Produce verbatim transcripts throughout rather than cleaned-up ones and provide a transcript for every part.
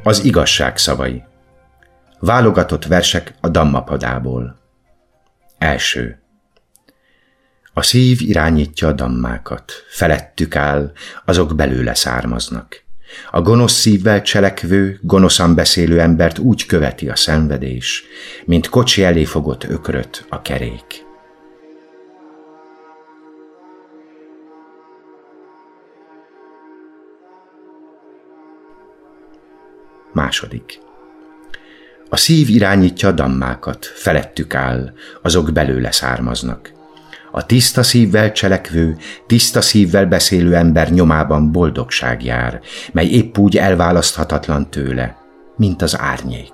Az igazság szavai. Válogatott versek a Dhammapadából. Első. A szív irányítja a dammákat, felettük áll, azok belőle származnak. A gonosz szívvel cselekvő, gonoszan beszélő embert úgy követi a szenvedés, mint kocsi elé fogott ökröt a kerék. Második. A szív irányítja a dammákat, felettük áll, azok belőle származnak. A tiszta szívvel cselekvő, tiszta szívvel beszélő ember nyomában boldogság jár, mely épp úgy elválaszthatatlan tőle, mint az árnyék.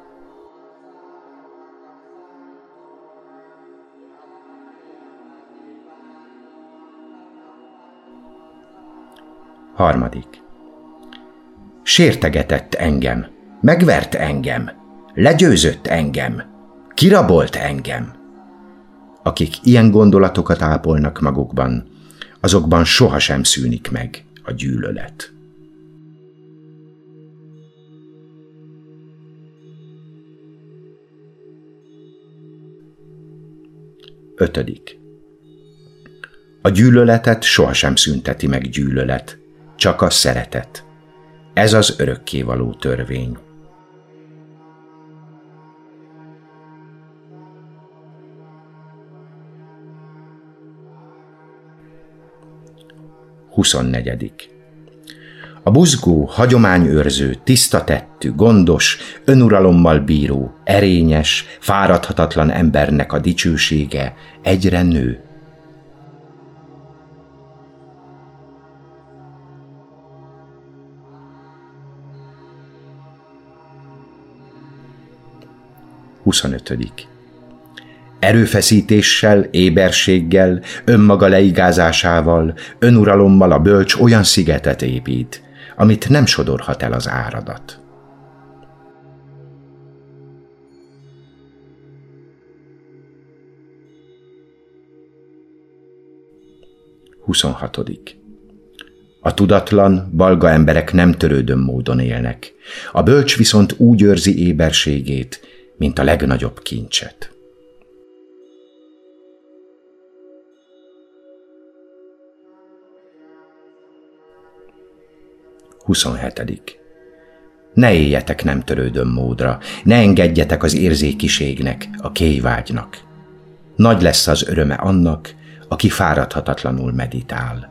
Harmadik. Sértegetett engem, megvert engem, legyőzött engem, kirabolt engem. Akik ilyen gondolatokat ápolnak magukban, azokban sohasem szűnik meg a gyűlölet. Ötödik. A gyűlöletet sohasem szünteti meg gyűlölet, csak a szeretet. Ez az örökkévaló törvény. Huszonnegyedik. A buzgó, hagyományőrző, tisztatettű, gondos, önuralommal bíró, erényes, fáradhatatlan embernek a dicsősége egyre nő. Huszonötödik. Erőfeszítéssel, éberséggel, önmaga leigázásával, önuralommal a bölcs olyan szigetet épít, amit nem sodorhat el az áradat. Huszonhatodik. A tudatlan, balga emberek nem törődön módon élnek, a bölcs viszont úgy őrzi éberségét, mint a legnagyobb kincset. Huszonhetedik. Ne éljetek nem törődöm módra, ne engedjetek az érzékiségnek, a kéjvágynak. Nagy lesz az öröme annak, aki fáradhatatlanul meditál.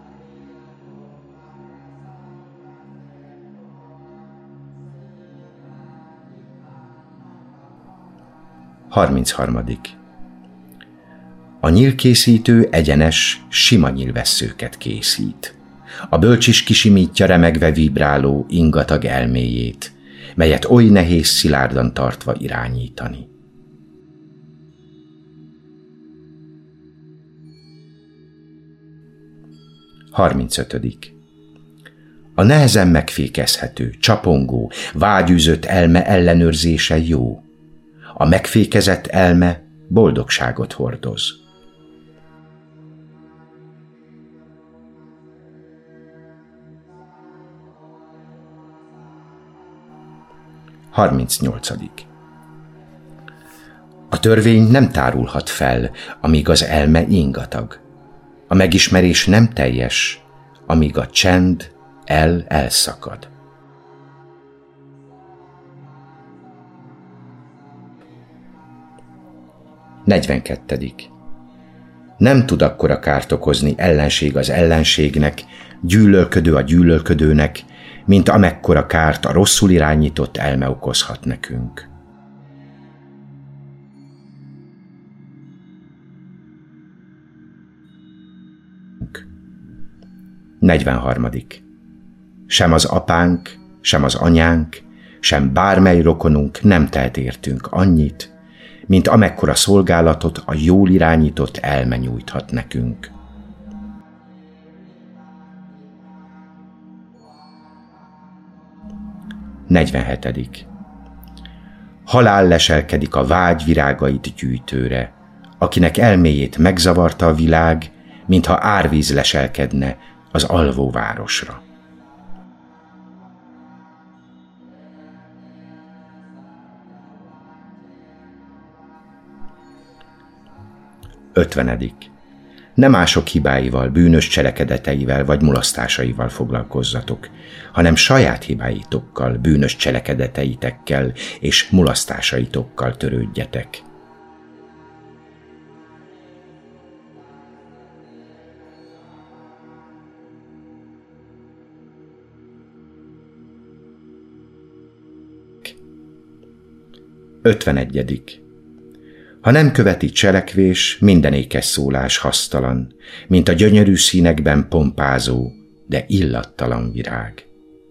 harmincharmadik. A nyílkészítő egyenes, sima nyílvesszőket készít. A bölcs is kisimítja remegve vibráló, ingatag elméjét, melyet oly nehéz szilárdan tartva irányítani. harmincötödik. A nehezen megfékezhető, csapongó, vágyűzött elme ellenőrzése jó. A megfékezett elme boldogságot hordoz. harmincnyolcadik. A törvény nem tárulhat fel, amíg az elme ingatag. A megismerés nem teljes, amíg a csend el elszakad. negyvenkettedik. Nem tud akkora kárt okozni ellenség az ellenségnek, gyűlölködő a gyűlölködőnek, mint amekkora kárt a rosszul irányított elme okozhat nekünk. negyvenharmadik. Sem az apánk, sem az anyánk, sem bármely rokonunk nem telt értünk annyit, mint amekkora szolgálatot a jól irányított elme nyújthat nekünk. negyvenhetedik. Halál leselkedik a vágy virágait gyűjtőre, akinek elméjét megzavarta a világ, mintha árvíz leselkedne az alvó városra. ötvenedik. Ne mások hibáival, bűnös cselekedeteivel vagy mulasztásaival foglalkozzatok, hanem saját hibáitokkal, bűnös cselekedeteitekkel és mulasztásaitokkal törődjetek. ötvenegyedik. Ha nem követi cselekvés, minden ékes szólás hasztalan, mint a gyönyörű színekben pompázó, de illattalan virág.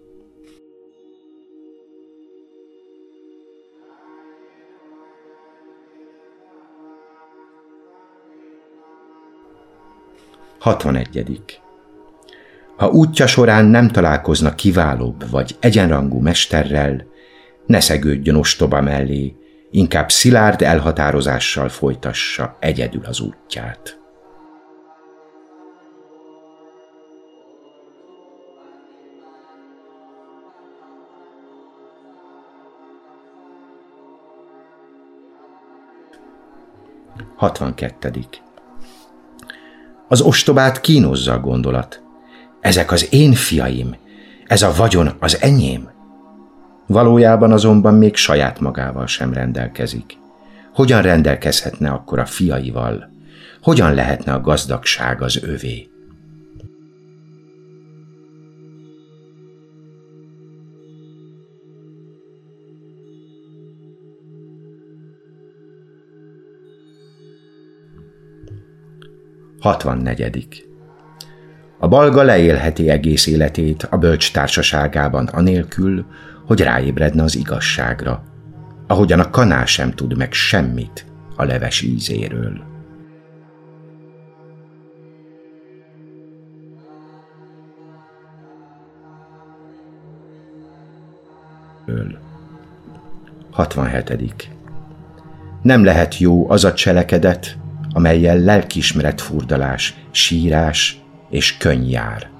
hatvanegyedik. Ha útja során nem találkozna kiválóbb vagy egyenrangú mesterrel, ne szegődjön ostoba mellé, inkább szilárd elhatározással folytassa egyedül az útját. hatvankettedik. Az ostobát kínozza a gondolat. Ezek az én fiaim, ez a vagyon az enyém. Valójában azonban még saját magával sem rendelkezik. Hogyan rendelkezhetne akkor a fiaival? Hogyan lehetne a gazdagság az övé? hatvannegyedik. A balga leélheti egész életét a bölcs társaságában anélkül, hogy ráébredne az igazságra, ahogyan a kanál sem tud meg semmit a leves ízéről. hatvanhetedik. Nem lehet jó az a cselekedet, amellyel lelkiismeret-furdalás, sírás és könny jár.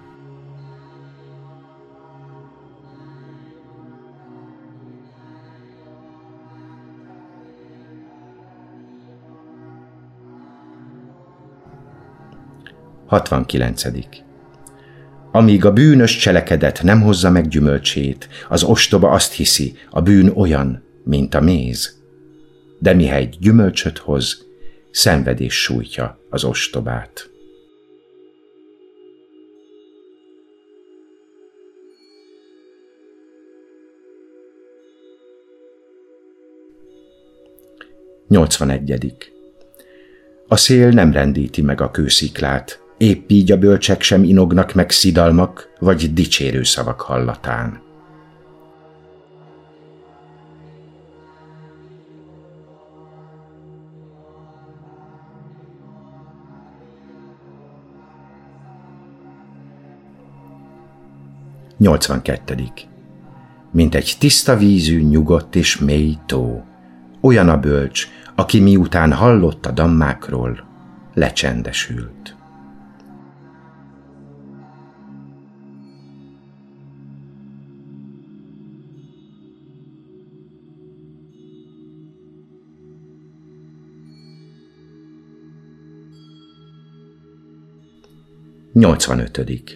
hatvankilencedik. Amíg a bűnös cselekedet nem hozza meg gyümölcsét, az ostoba azt hiszi, a bűn olyan, mint a méz. De mihelyt gyümölcsöt hoz, szenvedés sújtja az ostobát. nyolcvanegyedik. A szél nem rendíti meg a kősziklát, épp így a bölcsek sem inognak meg szidalmak vagy dicsérő szavak hallatán. nyolcvankettedik. Mint egy tiszta vízű, nyugodt és mély tó, olyan a bölcs, aki miután hallott a dammákról, lecsendesült. nyolcvanötödik.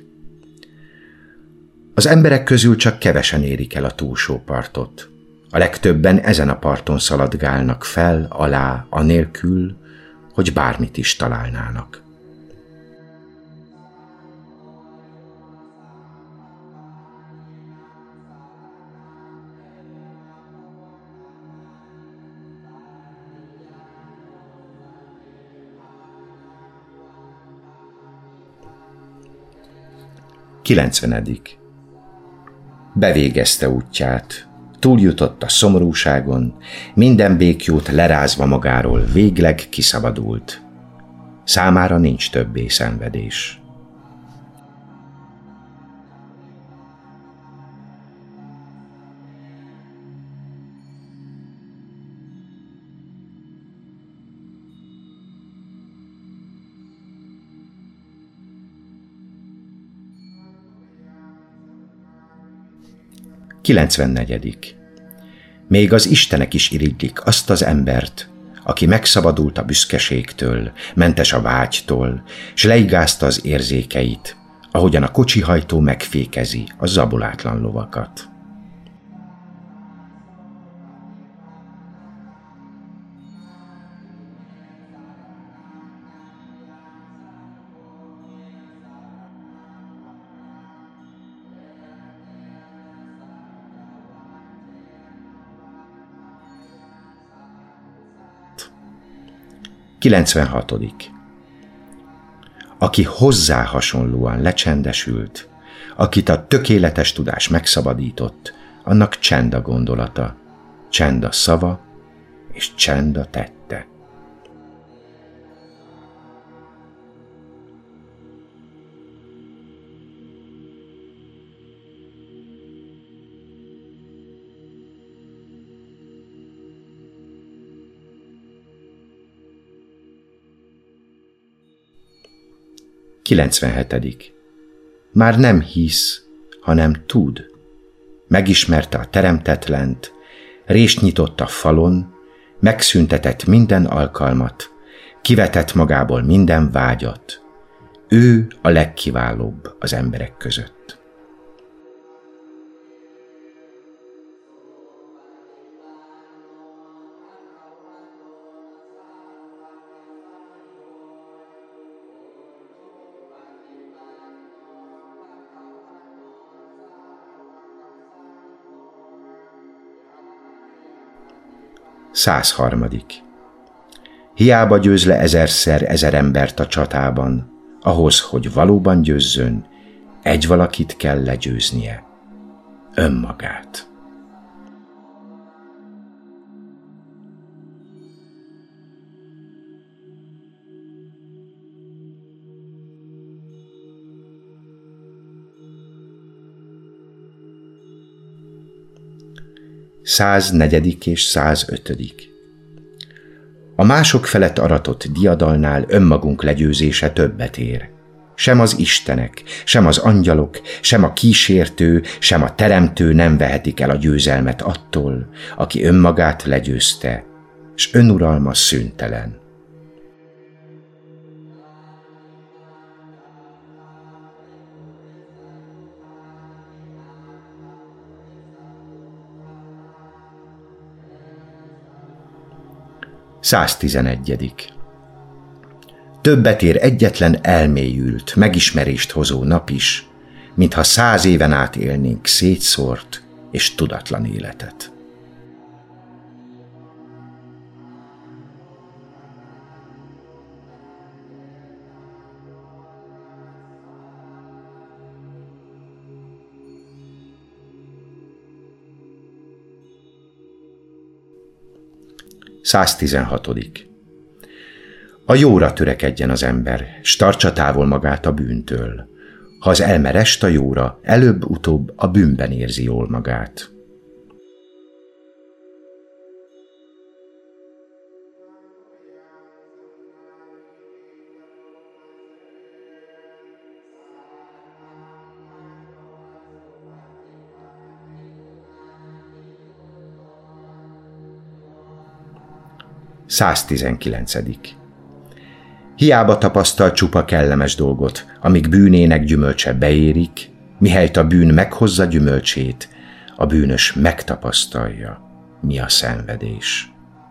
Az emberek közül csak kevesen érik el a túlsó partot. A legtöbben ezen a parton szaladgálnak fel, alá, anélkül, hogy bármit is találnának. kilencvenedik. Bevégezte útját, túljutott a szomorúságon, minden békjót lerázva magáról végleg kiszabadult. Számára nincs többé szenvedés. kilencvennegyedik. Még az istenek is irigylik azt az embert, aki megszabadult a büszkeségtől, mentes a vágytól, s leigázta az érzékeit, ahogyan a kocsihajtó megfékezi a zabolátlan lovakat. kilencvenhatodik Aki hozzá hasonlóan lecsendesült, akit a tökéletes tudás megszabadított, annak csend a gondolata, csend a szava és csend a tette. kilencvenhetedik Már nem hisz, hanem tud. Megismerte a teremtetlent, rést nyitott a falon, megszüntetett minden alkalmat, kivetett magából minden vágyat. Ő a legkiválóbb az emberek között. százharmadik Hiába győz le ezerszer ezer embert a csatában, ahhoz, hogy valóban győzzön, egy valakit kell legyőznie, önmagát. száznegyedik és százötödik A mások felett aratott diadalnál önmagunk legyőzése többet ér. Sem az istenek, sem az angyalok, sem a kísértő, sem a teremtő nem vehetik el a győzelmet attól, aki önmagát legyőzte, s önuralma szüntelen. száztizenegyedik Többet ér egyetlen elmélyült, megismerést hozó nap is, mintha száz éven át élnénk szétszórt és tudatlan életet. száztizenhatodik A jóra törekedjen az ember, s tartsa távol magát a bűntől. Ha az elme rest a jóra, előbb-utóbb a bűnben érzi jól magát. száztizenkilencedik Hiába tapasztal csupa kellemes dolgot, amíg bűnének gyümölcse beérik, mihelyt a bűn meghozza gyümölcsét, a bűnös megtapasztalja, mi a szenvedés.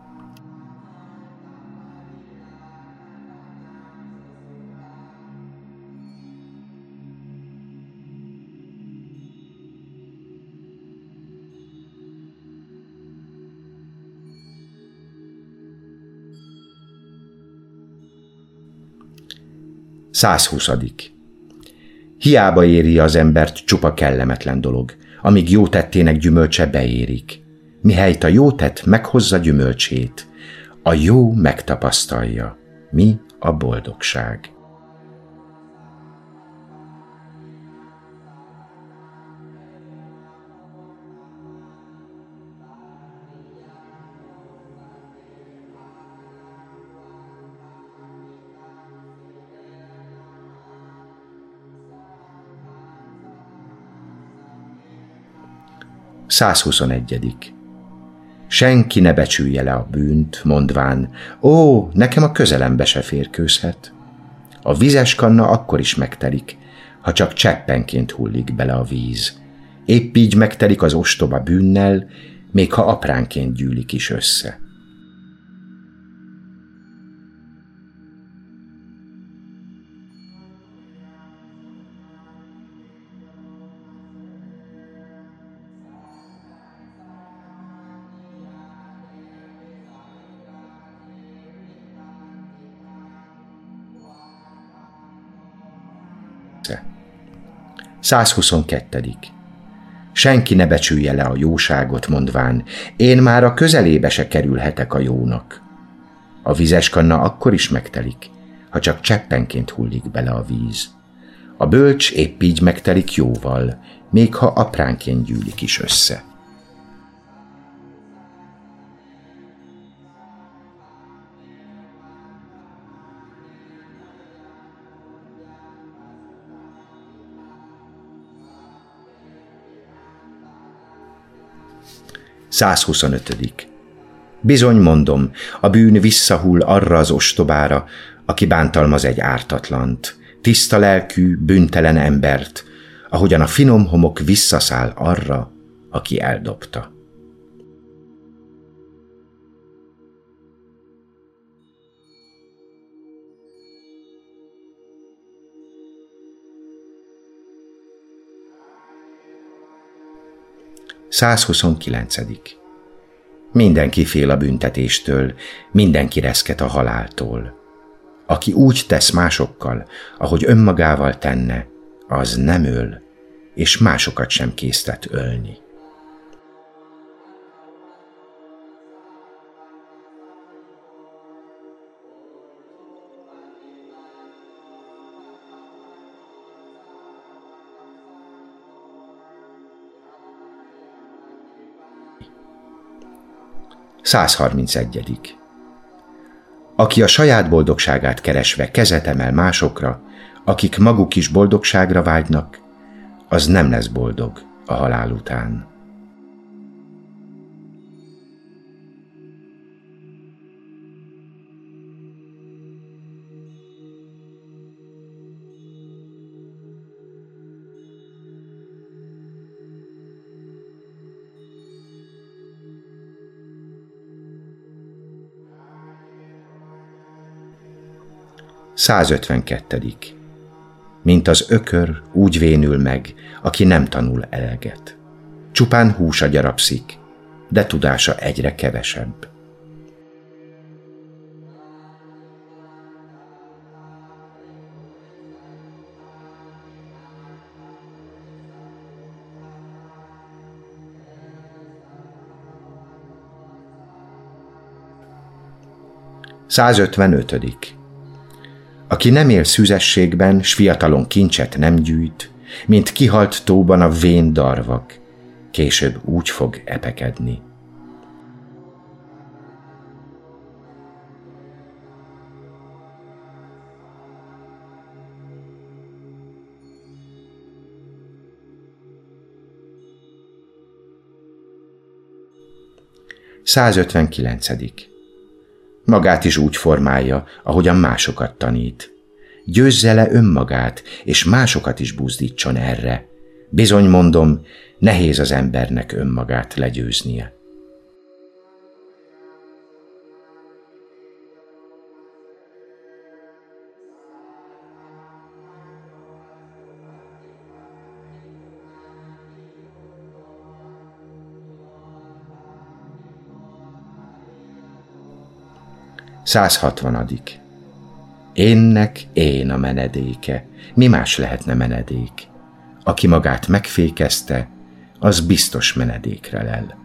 százhuszadik Hiába éri az embert csupa kellemetlen dolog, amíg jó tettének gyümölcse beérik. Mihelyt a jó tett meghozza gyümölcsét, a jó megtapasztalja, mi a boldogság. százhuszonegyedik Senki ne becsülje le a bűnt, mondván, ó, nekem a közelembe se férkőzhet. A vizes kanna akkor is megtelik, ha csak cseppenként hullik bele a víz. Épp így megtelik az ostoba bűnnel, még ha apránként gyűlik is össze. százhuszonkettő. Senki ne becsülje le a jóságot, mondván, én már a közelébe se kerülhetek a jónak. A vizes kanna akkor is megtelik, ha csak cseppenként hullik bele a víz. A bölcs épp így megtelik jóval, még ha apránként gyűlik is össze. százhuszonöt. Bizony mondom, a bűn visszahull arra az ostobára, aki bántalmaz egy ártatlant, tiszta lelkű, bűntelen embert, ahogyan a finom homok visszaszáll arra, aki eldobta. százhuszonkilenc. Mindenki fél a büntetéstől, mindenki reszket a haláltól. Aki úgy tesz másokkal, ahogy önmagával tenne, az nem öl, és másokat sem késztet ölni. százharmincegy. Aki a saját boldogságát keresve kezet emel másokra, akik maguk is boldogságra vágynak, az nem lesz boldog a halál után. százötvenkettő. Mint az ökör, úgy vénül meg, aki nem tanul eleget. Csupán húsa gyarapszik, de tudása egyre kevesebb. százötvenöt. Aki nem él szüzességben, s fiatalon kincset nem gyűjt, mint kihalt tóban a vén darvak, később úgy fog epekedni. százötvenkilenc. Magát is úgy formálja, ahogyan másokat tanít. Győzze le önmagát, és másokat is buzdítson erre. Bizony mondom, nehéz az embernek önmagát legyőznie. százhatvan. Énnek én a menedéke, mi más lehetne menedék? Aki magát megfékezte, az biztos menedékre lel.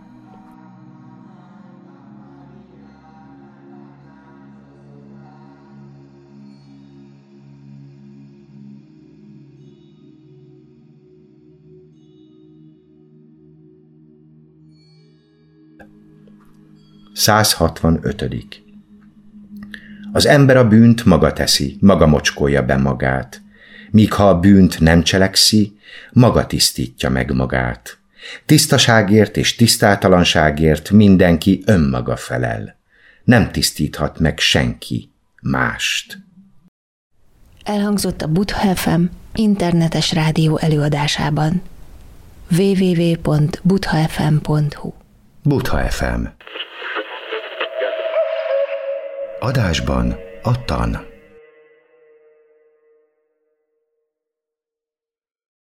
százhatvanöt. Az ember a bűnt maga teszi, maga mocskolja be magát, míg ha a bűnt nem cselekszi, maga tisztítja meg magát. Tisztaságért és tisztátalanságért mindenki önmaga felel. Nem tisztíthat meg senki mást. Elhangzott a Buddha ef em internetes rádió előadásában. double-u double-u double-u pont buddha f m pont h u Buddha ef em. Adásban a tan.